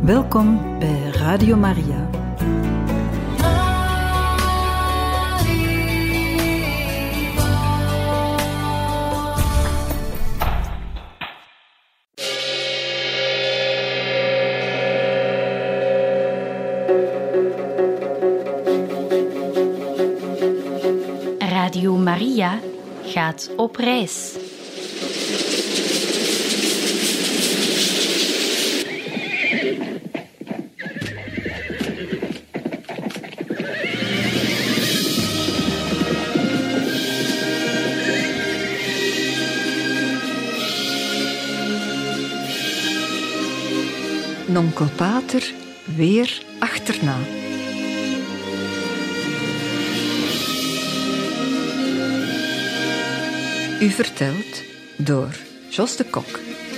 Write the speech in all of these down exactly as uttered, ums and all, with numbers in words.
Welkom bij Radio Maria. Radio Maria gaat op reis. Nonkel Pater weer achterna. U vertelt door Jos de Kok.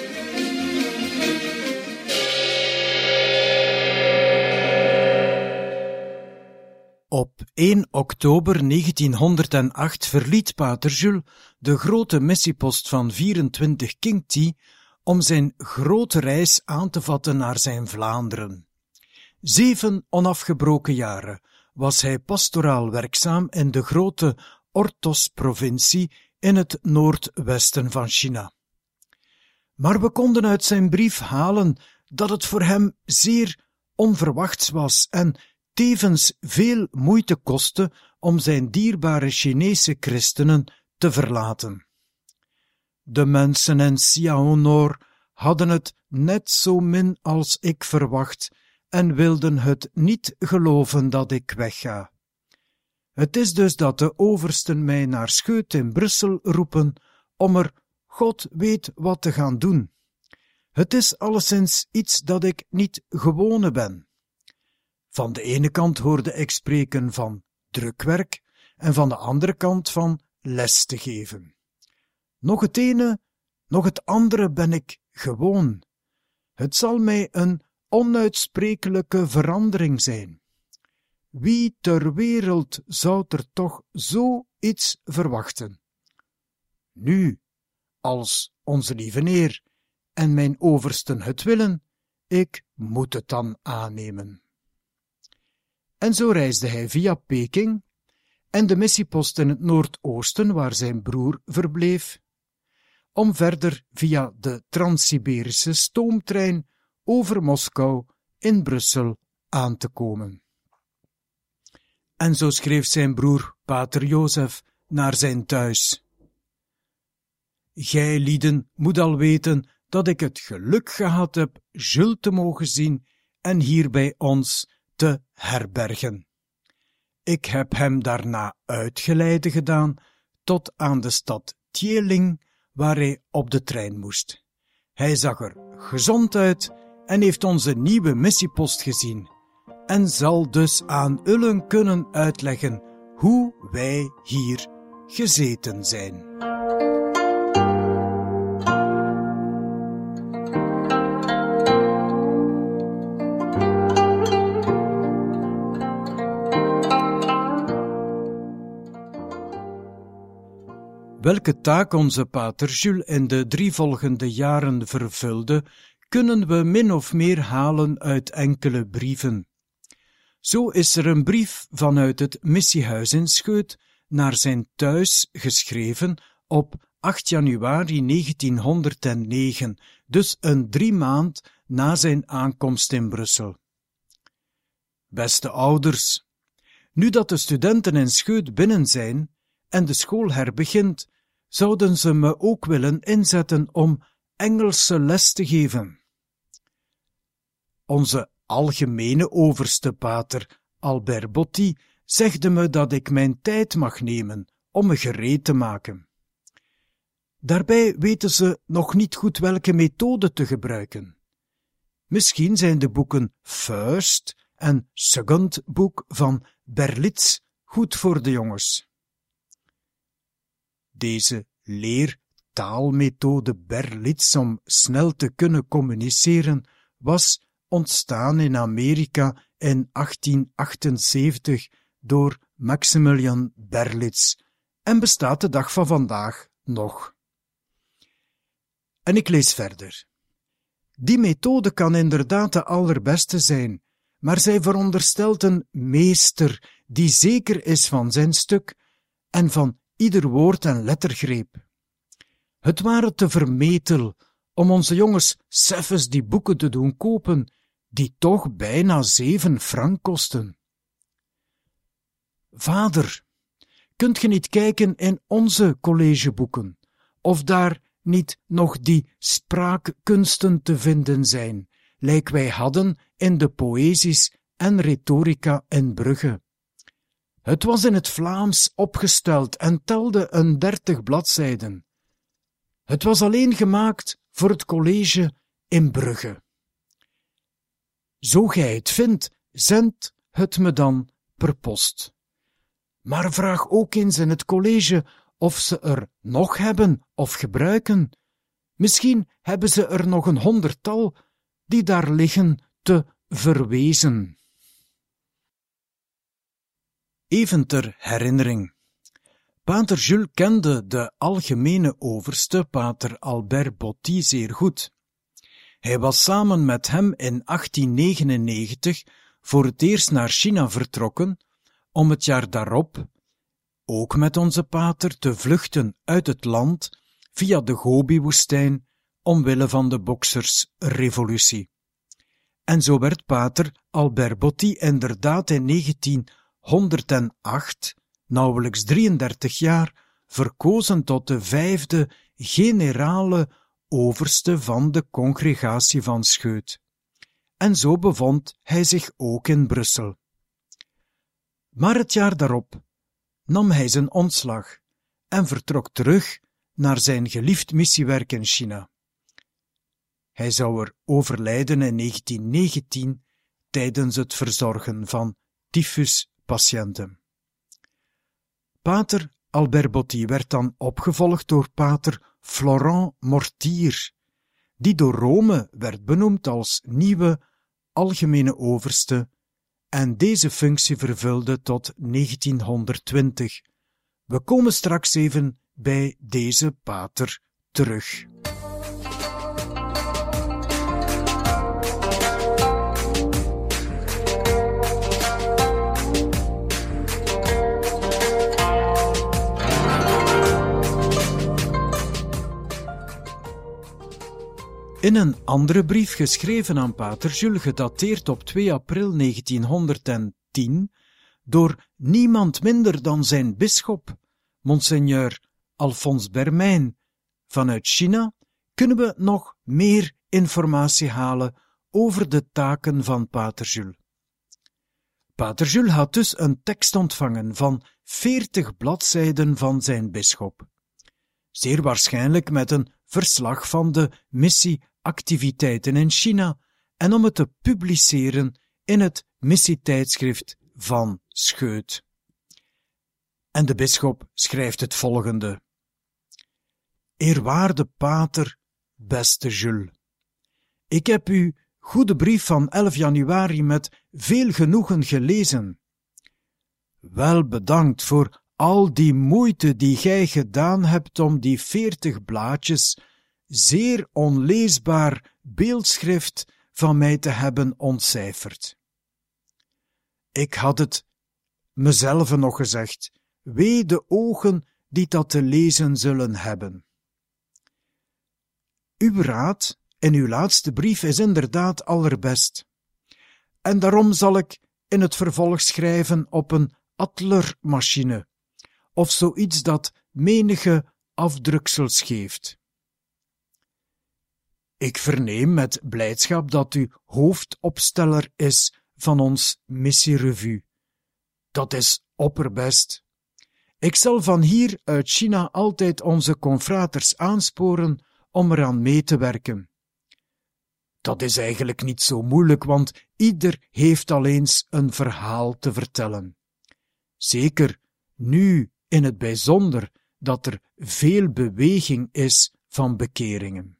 Op één oktober negentienhonderdacht verliet Pater Jules de grote missiepost van vierentwintig King-T om zijn grote reis aan te vatten naar zijn Vlaanderen. Zeven onafgebroken jaren was hij pastoraal werkzaam in de grote Orthos-provincie in het noordwesten van China. Maar we konden uit zijn brief halen dat het voor hem zeer onverwachts was en tevens veel moeite kostte om zijn dierbare Chinese christenen te verlaten. De mensen in Siaonor hadden het net zo min als ik verwacht en wilden het niet geloven dat ik wegga. Het is dus dat de oversten mij naar Scheut in Brussel roepen om er God weet wat te gaan doen. Het is alleszins iets dat ik niet gewone ben. Van de ene kant hoorde ik spreken van drukwerk en van de andere kant van les te geven. Nog het ene, nog het andere ben ik gewoon. Het zal mij een onuitsprekelijke verandering zijn. Wie ter wereld zou er toch zoiets verwachten? Nu, als onze lieve Heer en mijn oversten het willen, ik moet het dan aannemen. En zo reisde hij via Peking en de missiepost in het Noordoosten, waar zijn broer verbleef, om verder via de Trans-Siberische stoomtrein over Moskou in Brussel aan te komen. En zo schreef zijn broer, Pater Jozef, naar zijn thuis. Gij lieden moet al weten dat ik het geluk gehad heb Jules te mogen zien en hier bij ons te herbergen. Ik heb hem daarna uitgeleide gedaan tot aan de stad Tieling, waar hij op de trein moest. Hij zag er gezond uit en heeft onze nieuwe missiepost gezien en zal dus aan Ullen kunnen uitleggen hoe wij hier gezeten zijn. Welke taak onze Pater Jules in de drie volgende jaren vervulde, kunnen we min of meer halen uit enkele brieven. Zo is er een brief vanuit het missiehuis in Scheut naar zijn thuis geschreven op acht januari negentienhonderdnegen, dus een drie maand na zijn aankomst in Brussel. Beste ouders, nu dat de studenten in Scheut binnen zijn en de school herbegint, zouden ze me ook willen inzetten om Engelse les te geven. Onze algemene overste pater Albert Botti zegde me dat ik mijn tijd mag nemen om me gereed te maken. Daarbij weten ze nog niet goed welke methode te gebruiken. Misschien zijn de boeken First en Second boek van Berlitz goed voor de jongens. Deze leertaalmethode Berlitz om snel te kunnen communiceren was ontstaan in Amerika in achttien achtenzeventig door Maximilian Berlitz en bestaat de dag van vandaag nog. En ik lees verder. Die methode kan inderdaad de allerbeste zijn, maar zij veronderstelt een meester die zeker is van zijn stuk en van ieder woord en lettergreep. Het ware te vermetel om onze jongens seffens die boeken te doen kopen, die toch bijna zeven frank kosten. Vader, kunt ge niet kijken in onze collegeboeken, of daar niet nog die spraakkunsten te vinden zijn, lijk wij hadden in de poëzies en retorica in Brugge. Het was in het Vlaams opgesteld en telde een dertig bladzijden. Het was alleen gemaakt voor het college in Brugge. Zo gij het vindt, zend het me dan per post. Maar vraag ook eens in het college of ze er nog hebben of gebruiken. Misschien hebben ze er nog een honderdtal die daar liggen te verwezen. Even ter herinnering. Pater Jules kende de algemene overste, pater Albert Botti, zeer goed. Hij was samen met hem in achttien negenennegentig voor het eerst naar China vertrokken, om het jaar daarop, ook met onze pater, te vluchten uit het land via de Gobi-woestijn omwille van de boksersrevolutie. En zo werd pater Albert Botti inderdaad in negentienhonderdacht, nauwelijks drieëndertig jaar, verkozen tot de vijfde generale overste van de congregatie van Scheut. En zo bevond hij zich ook in Brussel. Maar het jaar daarop nam hij zijn ontslag en vertrok terug naar zijn geliefd missiewerk in China. Hij zou er overlijden in negentien negentien tijdens het verzorgen van tyfuspatiënten. Pater Albert Botti werd dan opgevolgd door pater Florent Mortier, die door Rome werd benoemd als nieuwe algemene overste en deze functie vervulde tot negentienhonderdtwintig. We komen straks even bij deze pater terug. In een andere brief geschreven aan pater Jules, gedateerd op twee april negentienhonderdtien, door niemand minder dan zijn bisschop, monseigneur Alphonse Bermijn, vanuit China, kunnen we nog meer informatie halen over de taken van pater Jules. Pater Jules had dus een tekst ontvangen van veertig bladzijden van zijn bisschop. Zeer waarschijnlijk met een verslag van de missieactiviteiten in China en om het te publiceren in het missietijdschrift van Scheut. En de bisschop schrijft het volgende. Eerwaarde pater, beste Jules, ik heb uw goede brief van elf januari met veel genoegen gelezen. Wel bedankt voor al die moeite die gij gedaan hebt om die veertig blaadjes zeer onleesbaar beeldschrift van mij te hebben ontcijferd. Ik had het mezelf nog gezegd, wee de ogen die dat te lezen zullen hebben. Uw raad in uw laatste brief is inderdaad allerbest, en daarom zal ik in het vervolg schrijven op een Adler-machine, of zoiets dat menige afdruksels geeft. Ik verneem met blijdschap dat u hoofdopsteller is van ons missierevue. Dat is opperbest. Ik zal van hier uit China altijd onze confraters aansporen om eraan mee te werken. Dat is eigenlijk niet zo moeilijk, want ieder heeft al eens een verhaal te vertellen. Zeker nu in het bijzonder dat er veel beweging is van bekeringen.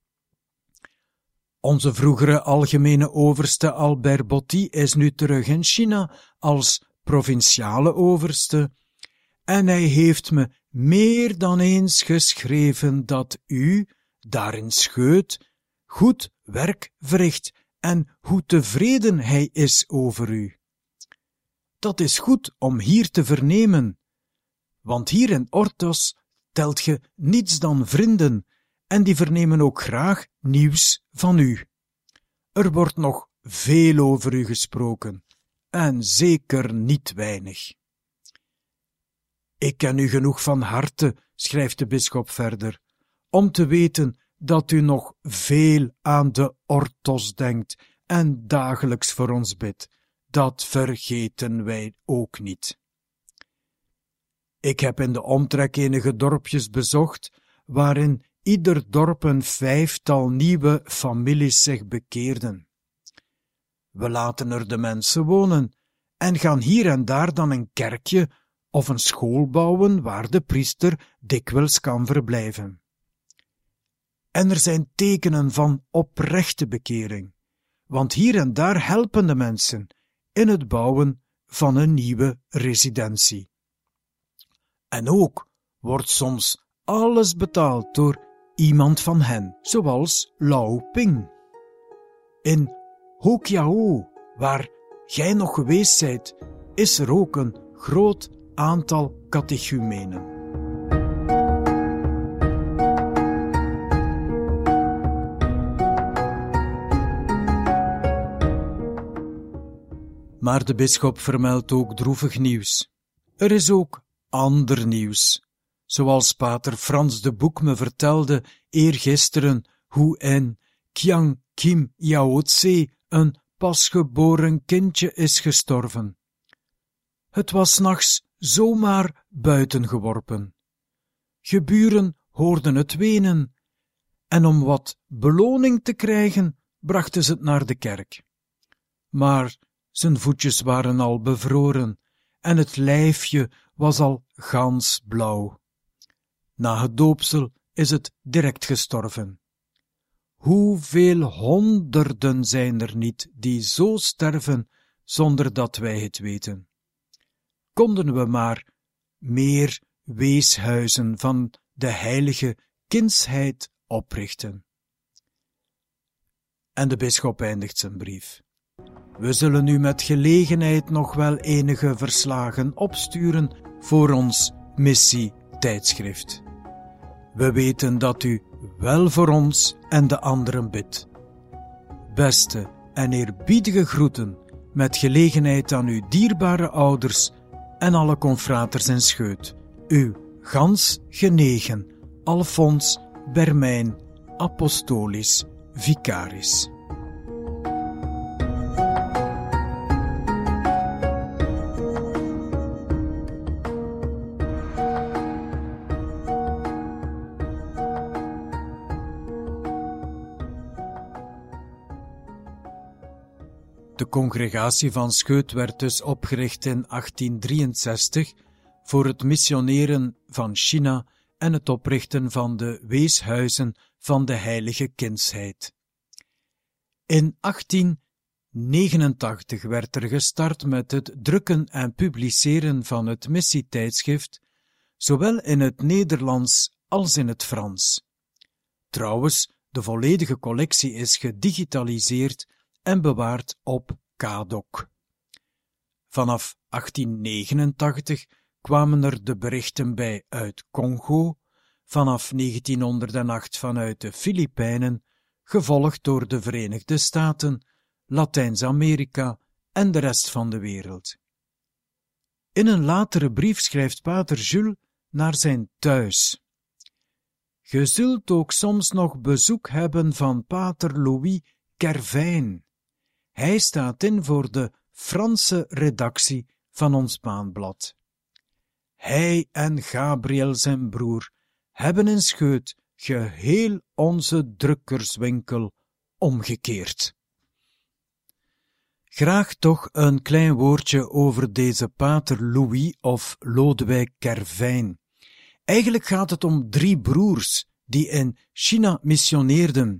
Onze vroegere algemene overste Albert Botti is nu terug in China als provinciale overste en hij heeft me meer dan eens geschreven dat u, daar in Scheut, goed werk verricht en hoe tevreden hij is over u. Dat is goed om hier te vernemen, want hier in Orthos telt ge niets dan vrienden, en die vernemen ook graag nieuws van u. Er wordt nog veel over u gesproken, en zeker niet weinig. Ik ken u genoeg van harte, schrijft de bisschop verder, om te weten dat u nog veel aan de Orthos denkt en dagelijks voor ons bidt. Dat vergeten wij ook niet. Ik heb in de omtrek enige dorpjes bezocht, waarin ieder dorp een vijftal nieuwe families zich bekeerden. We laten er de mensen wonen en gaan hier en daar dan een kerkje of een school bouwen waar de priester dikwijls kan verblijven. En er zijn tekenen van oprechte bekering, want hier en daar helpen de mensen in het bouwen van een nieuwe residentie. En ook wordt soms alles betaald door iemand van hen, zoals Lao Ping. In Hokiao, waar gij nog geweest zijt, is er ook een groot aantal catechumenen. Maar de bisschop vermeldt ook droevig nieuws. Er is ook ander nieuws, zoals pater Frans de Boek me vertelde eergisteren hoe in Kiang Kim Yao-tse een pasgeboren kindje is gestorven. Het was 's nachts zomaar buiten geworpen. Geburen hoorden het wenen, en om wat beloning te krijgen, brachten ze het naar de kerk. Maar zijn voetjes waren al bevroren, en het lijfje was al gans blauw. Na het doopsel is het direct gestorven. Hoeveel honderden zijn er niet die zo sterven zonder dat wij het weten? Konden we maar meer weeshuizen van de heilige kindsheid oprichten? En de bisschop eindigt zijn brief. We zullen u met gelegenheid nog wel enige verslagen opsturen voor ons missie-tijdschrift. We weten dat u wel voor ons en de anderen bidt. Beste en eerbiedige groeten met gelegenheid aan uw dierbare ouders en alle confraters in Scheut. Uw gans genegen Alfons Bermijn, Apostolisch Vicaris. De congregatie van Scheut werd dus opgericht in achttien drieënzestig voor het missioneren van China en het oprichten van de weeshuizen van de heilige kindsheid. In achttien negenentachtig werd er gestart met het drukken en publiceren van het missietijdschrift, zowel in het Nederlands als in het Frans. Trouwens, de volledige collectie is gedigitaliseerd en bewaard op K D O C. Vanaf achttien negenentachtig kwamen er de berichten bij uit Congo, vanaf negentienhonderdacht vanuit de Filipijnen, gevolgd door de Verenigde Staten, Latijns-Amerika en de rest van de wereld. In een latere brief schrijft pater Jules naar zijn thuis. Ge zult ook soms nog bezoek hebben van pater Louis Kervijn. Hij staat in voor de Franse redactie van ons maandblad. Hij en Gabriel zijn broer hebben in Scheut geheel onze drukkerswinkel omgekeerd. Graag toch een klein woordje over deze pater Louis of Lodewijk Kervijn. Eigenlijk gaat het om drie broers die in China missioneerden.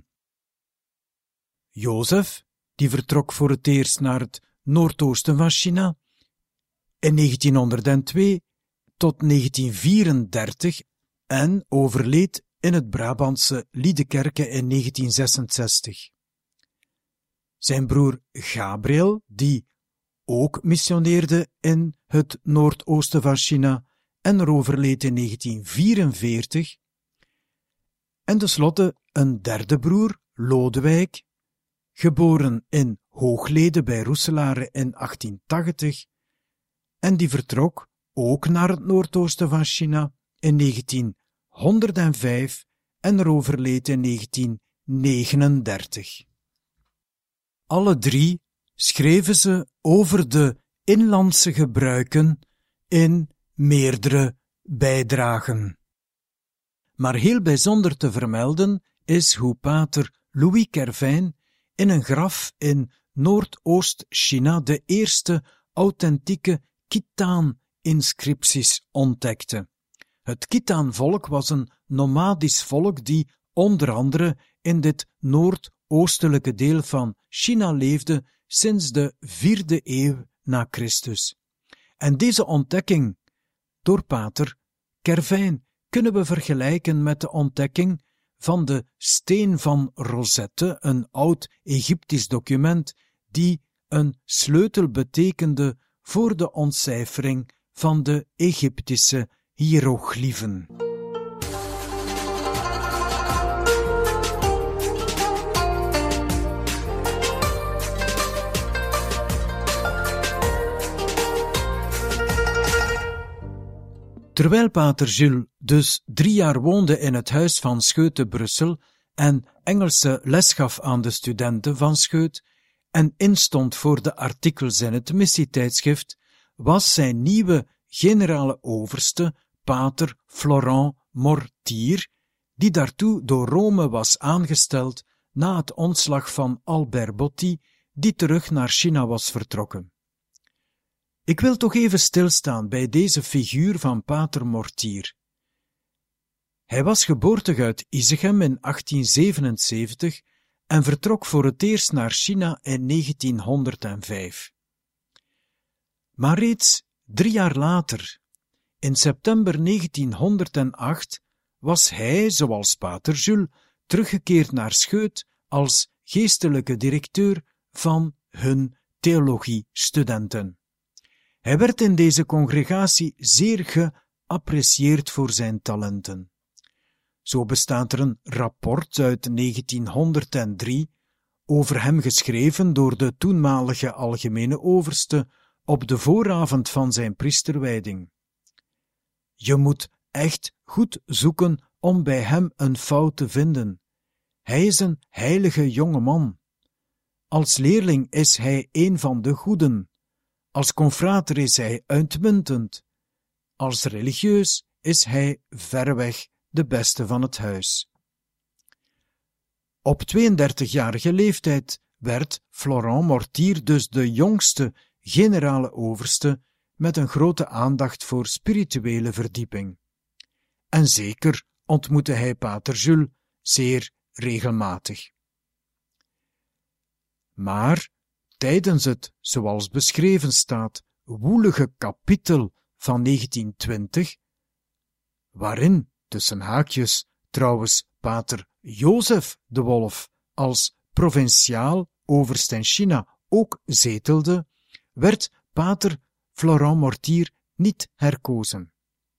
Jozef, die vertrok voor het eerst naar het noordoosten van China in negentienhonderdtwee tot negentien vierendertig en overleed in het Brabantse Liedekerke in negentien zesenzestig. Zijn broer Gabriel, die ook missioneerde in het noordoosten van China en er overleed in negentien vierenveertig. En tenslotte een derde broer, Lodewijk, geboren in Hooglede bij Roeselare in achttien tachtig, en die vertrok ook naar het noordoosten van China in negentienhonderdvijf en er overleed in negentien negenendertig. Alle drie schreven ze over de inlandse gebruiken in meerdere bijdragen. Maar heel bijzonder te vermelden is hoe pater Louis Kervijn in een graf in Noordoost-China de eerste authentieke Khitan-inscripties ontdekte. Het Khitan-volk was een nomadisch volk die onder andere in dit noordoostelijke deel van China leefde sinds de vierde eeuw na Christus. En deze ontdekking door pater Kervijn kunnen we vergelijken met de ontdekking van de steen van Rosette, een oud Egyptisch document die een sleutel betekende voor de ontcijfering van de Egyptische hiëroglyphen. Terwijl pater Jules dus drie jaar woonde in het huis van Scheut te Brussel en Engelse les gaf aan de studenten van Scheut en instond voor de artikels in het missietijdschrift, was zijn nieuwe generale overste, pater Florent Mortier, die daartoe door Rome was aangesteld na het ontslag van Albert Botti, die terug naar China was vertrokken. Ik wil toch even stilstaan bij deze figuur van pater Mortier. Hij was geboortig uit Isegem in achttien zevenenzeventig en vertrok voor het eerst naar China in negentienhonderdvijf. Maar reeds drie jaar later, in september negentienhonderdacht, was hij, zoals pater Jules, teruggekeerd naar Scheut als geestelijke directeur van hun theologiestudenten. Hij werd in deze congregatie zeer geapprecieerd voor zijn talenten. Zo bestaat er een rapport uit negentienhonderddrie over hem geschreven door de toenmalige algemene overste op de vooravond van zijn priesterwijding. Je moet echt goed zoeken om bij hem een fout te vinden. Hij is een heilige jonge man. Als leerling is hij een van de goeden. Als confrater is hij uitmuntend. Als religieus is hij verreweg de beste van het huis. Op tweeëndertigjarige leeftijd werd Florent Mortier dus de jongste generale overste met een grote aandacht voor spirituele verdieping. En zeker ontmoette hij pater Jules zeer regelmatig. Maar tijdens het, zoals beschreven staat, woelige kapitel van negentien twintig, waarin, tussen haakjes, trouwens pater Jozef de Wolf als provinciaal overste in China ook zetelde, werd pater Florent Mortier niet herkozen.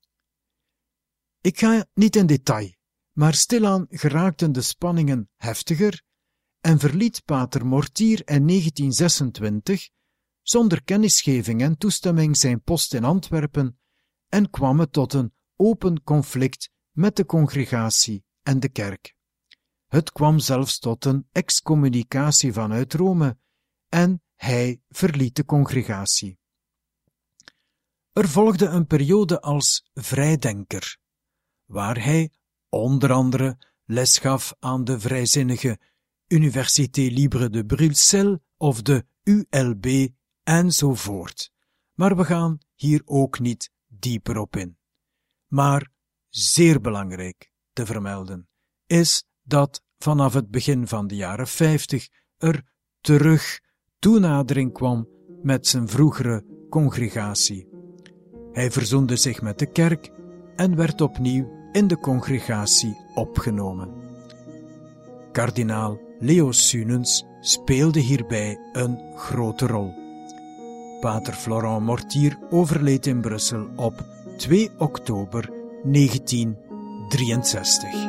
Ik ga niet in detail, maar stilaan geraakten de spanningen heftiger en verliet pater Mortier in negentien zesentwintig zonder kennisgeving en toestemming zijn post in Antwerpen en kwam het tot een open conflict met de congregatie en de kerk. Het kwam zelfs tot een excommunicatie vanuit Rome en hij verliet de congregatie. Er volgde een periode als vrijdenker, waar hij onder andere les gaf aan de vrijzinnige Université Libre de Bruxelles of de U L B enzovoort. Maar we gaan hier ook niet dieper op in. Maar zeer belangrijk te vermelden is dat vanaf het begin van de jaren vijftig er terug toenadering kwam met zijn vroegere congregatie. Hij verzoende zich met de kerk en werd opnieuw in de congregatie opgenomen. kardinaal Leo Sunens speelde hierbij een grote rol. Pater Florent Mortier overleed in Brussel op twee oktober negentien drieënzestig.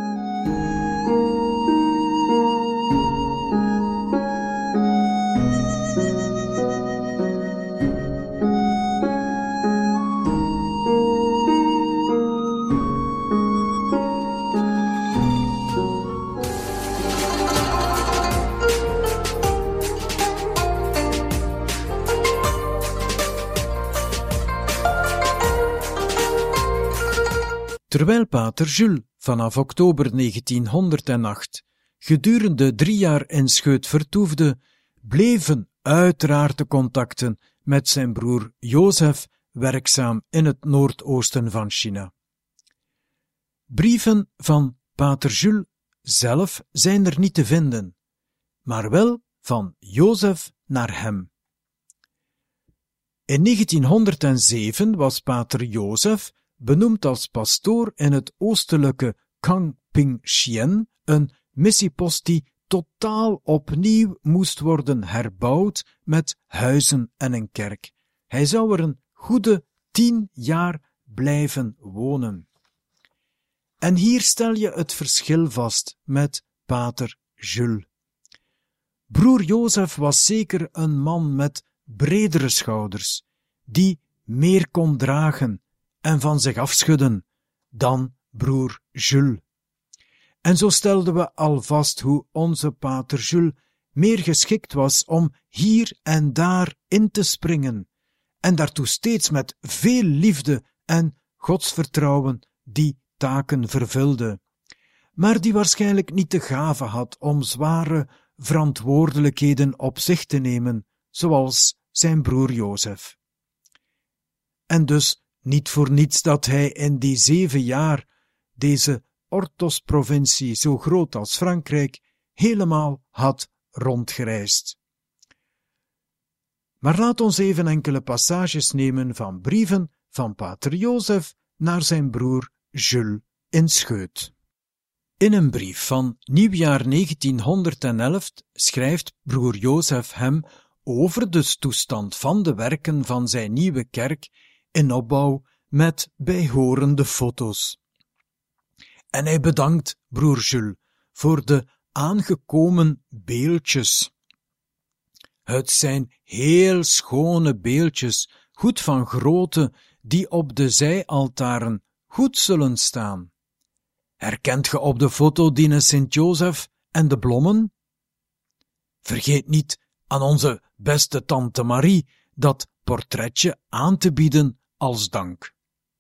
Terwijl pater Jules vanaf oktober negentienhonderdacht gedurende drie jaar in Scheut vertoefde, bleven uiteraard de contacten met zijn broer Jozef werkzaam in het noordoosten van China. Brieven van pater Jules zelf zijn er niet te vinden, maar wel van Jozef naar hem. In negentienhonderdzeven was pater Jozef benoemd als pastoor in het oostelijke Kangping-Chien, een missiepost die totaal opnieuw moest worden herbouwd met huizen en een kerk. Hij zou er een goede tien jaar blijven wonen. En hier stel je het verschil vast met pater Jules. Broer Jozef was zeker een man met bredere schouders, die meer kon dragen en van zich afschudden dan broer Jules. En zo stelden we al vast hoe onze pater Jules meer geschikt was om hier en daar in te springen, en daartoe steeds met veel liefde en godsvertrouwen die taken vervulde, maar die waarschijnlijk niet de gave had om zware verantwoordelijkheden op zich te nemen, zoals zijn broer Jozef. En dus niet voor niets dat hij in die zeven jaar deze Orthos-provincie, zo groot als Frankrijk, helemaal had rondgereisd. Maar laat ons even enkele passages nemen van brieven van pater Jozef naar zijn broer Jules in Scheut. In een brief van nieuwjaar negentienhonderdelf schrijft broer Jozef hem over de toestand van de werken van zijn nieuwe kerk in opbouw met bijhorende foto's. En hij bedankt broer Jules voor de aangekomen beeldjes. Het zijn heel schone beeldjes, goed van grootte, die op de zijaltaren goed zullen staan. Herkent ge op de foto die Sint-Jozef en de blommen? Vergeet niet aan onze beste tante Marie dat portretje aan te bieden als dank.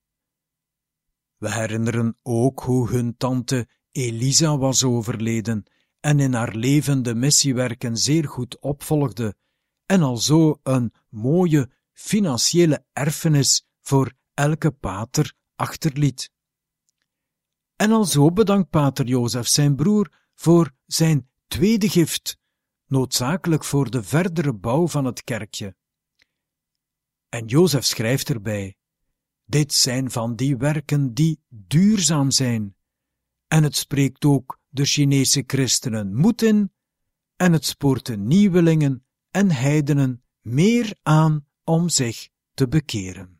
We herinneren ook hoe hun tante Elisa was overleden en in haar leven de missiewerken zeer goed opvolgde en alzo een mooie financiële erfenis voor elke pater achterliet. En alzo bedankt pater Jozef zijn broer voor zijn tweede gift, noodzakelijk voor de verdere bouw van het kerkje. En Jozef schrijft erbij: dit zijn van die werken die duurzaam zijn, en het spreekt ook de Chinese christenen moed in, en het spoort de nieuwelingen en heidenen meer aan om zich te bekeren.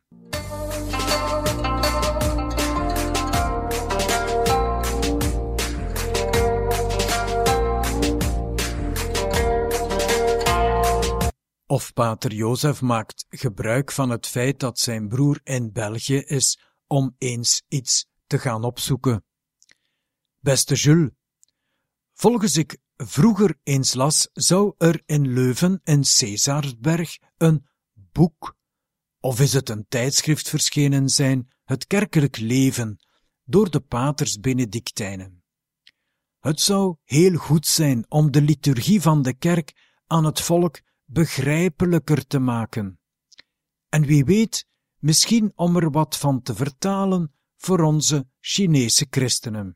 Of pater Jozef maakt gebruik van het feit dat zijn broer in België is om eens iets te gaan opzoeken. Beste Jules, volgens ik vroeger eens las, zou er in Leuven in Cesarsberg een boek, of is het een tijdschrift verschenen zijn, het kerkelijk leven, door de paters Benedictijnen. Het zou heel goed zijn om de liturgie van de kerk aan het volk begrijpelijker te maken. En wie weet, misschien om er wat van te vertalen voor onze Chinese christenen.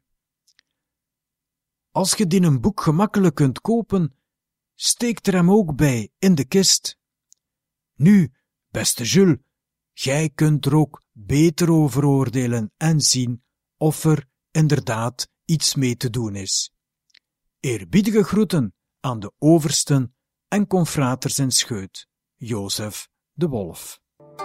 Als je die een boek gemakkelijk kunt kopen, steek er hem ook bij in de kist. Nu, beste Jules, jij kunt er ook beter over oordelen en zien of er inderdaad iets mee te doen is. Eerbiedige groeten aan de oversten en confraters in Scheut, Jozef de Wolf.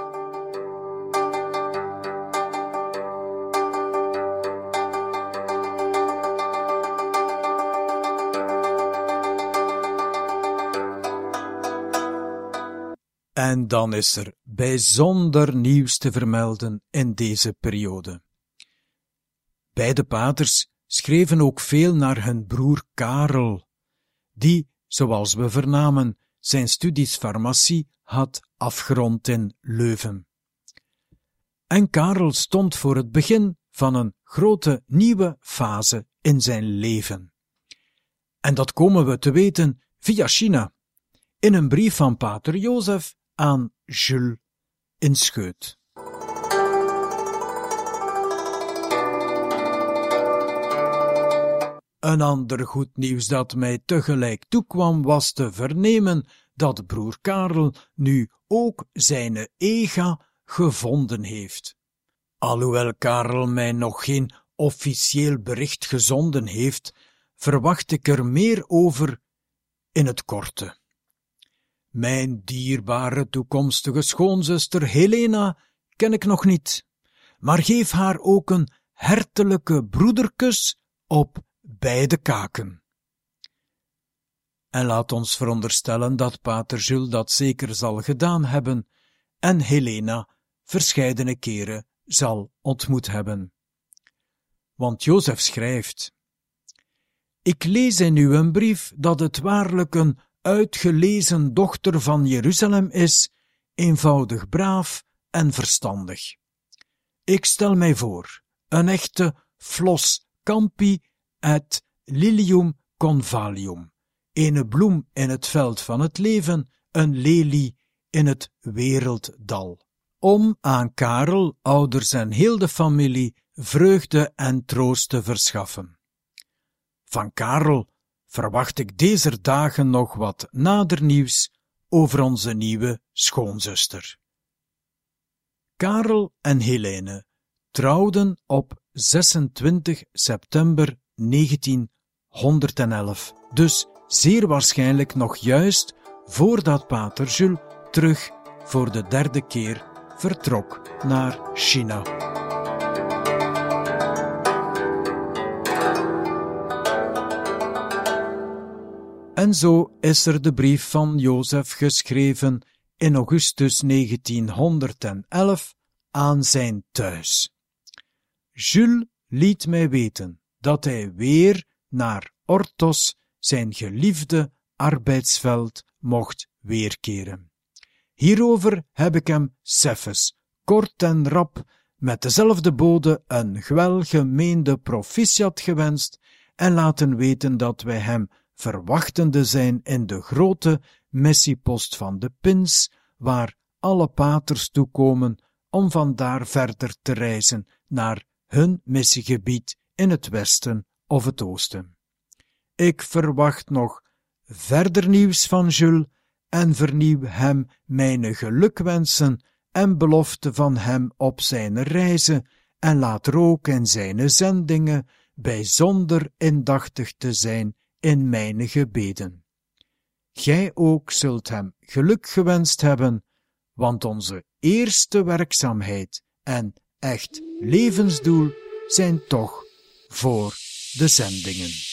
En dan is er bijzonder nieuws te vermelden in deze periode. Beide paters schreven ook veel naar hun broer Karel, die, zoals we vernamen, zijn studies farmacie had afgerond in Leuven. En Karel stond voor het begin van een grote nieuwe fase in zijn leven. En dat komen we te weten via China, in een brief van pater Jozef aan Jules in Scheut. Een ander goed nieuws dat mij tegelijk toekwam was te vernemen dat broer Karel nu ook zijn ega gevonden heeft. Alhoewel Karel mij nog geen officieel bericht gezonden heeft, verwacht ik er meer over in het korte. Mijn dierbare toekomstige schoonzuster Helena ken ik nog niet, maar geef haar ook een hartelijke broederkus op beide kaken. En laat ons veronderstellen dat pater Jules dat zeker zal gedaan hebben en Helena verscheidene keren zal ontmoet hebben. Want Jozef schrijft: Ik lees in uw brief dat het waarlijk een uitgelezen dochter van Jeruzalem is, eenvoudig braaf en verstandig. Ik stel mij voor, een echte flos campi et lilium convallium, ene bloem in het veld van het leven, een lelie in het werelddal, om aan Karel, ouders en heel de familie vreugde en troost te verschaffen. Van Karel verwacht ik deze dagen nog wat nader nieuws over onze nieuwe schoonzuster. Karel en Helene trouwden op zesentwintig september negentienhonderdelf, dus zeer waarschijnlijk nog juist voordat pater Jules terug voor de derde keer vertrok naar China. En zo is er de brief van Jozef geschreven in augustus negentienhonderdelf aan zijn thuis. Jules liet mij weten dat hij weer naar Orthos, zijn geliefde arbeidsveld, mocht weerkeren. Hierover heb ik hem seffes, kort en rap, met dezelfde bode een welgemeende proficiat gewenst en laten weten dat wij hem verwachtende zijn in de grote missiepost van de Pins, waar alle paters toekomen om vandaar verder te reizen naar hun missiegebied in het westen of het oosten. Ik verwacht nog verder nieuws van Jules en vernieuw hem mijn gelukwensen en belofte van hem op zijn reizen en laat er ook in zijn zendingen bijzonder indachtig te zijn in mijn gebeden. Gij ook zult hem geluk gewenst hebben, want onze eerste werkzaamheid en echt levensdoel zijn toch voor de zendingen.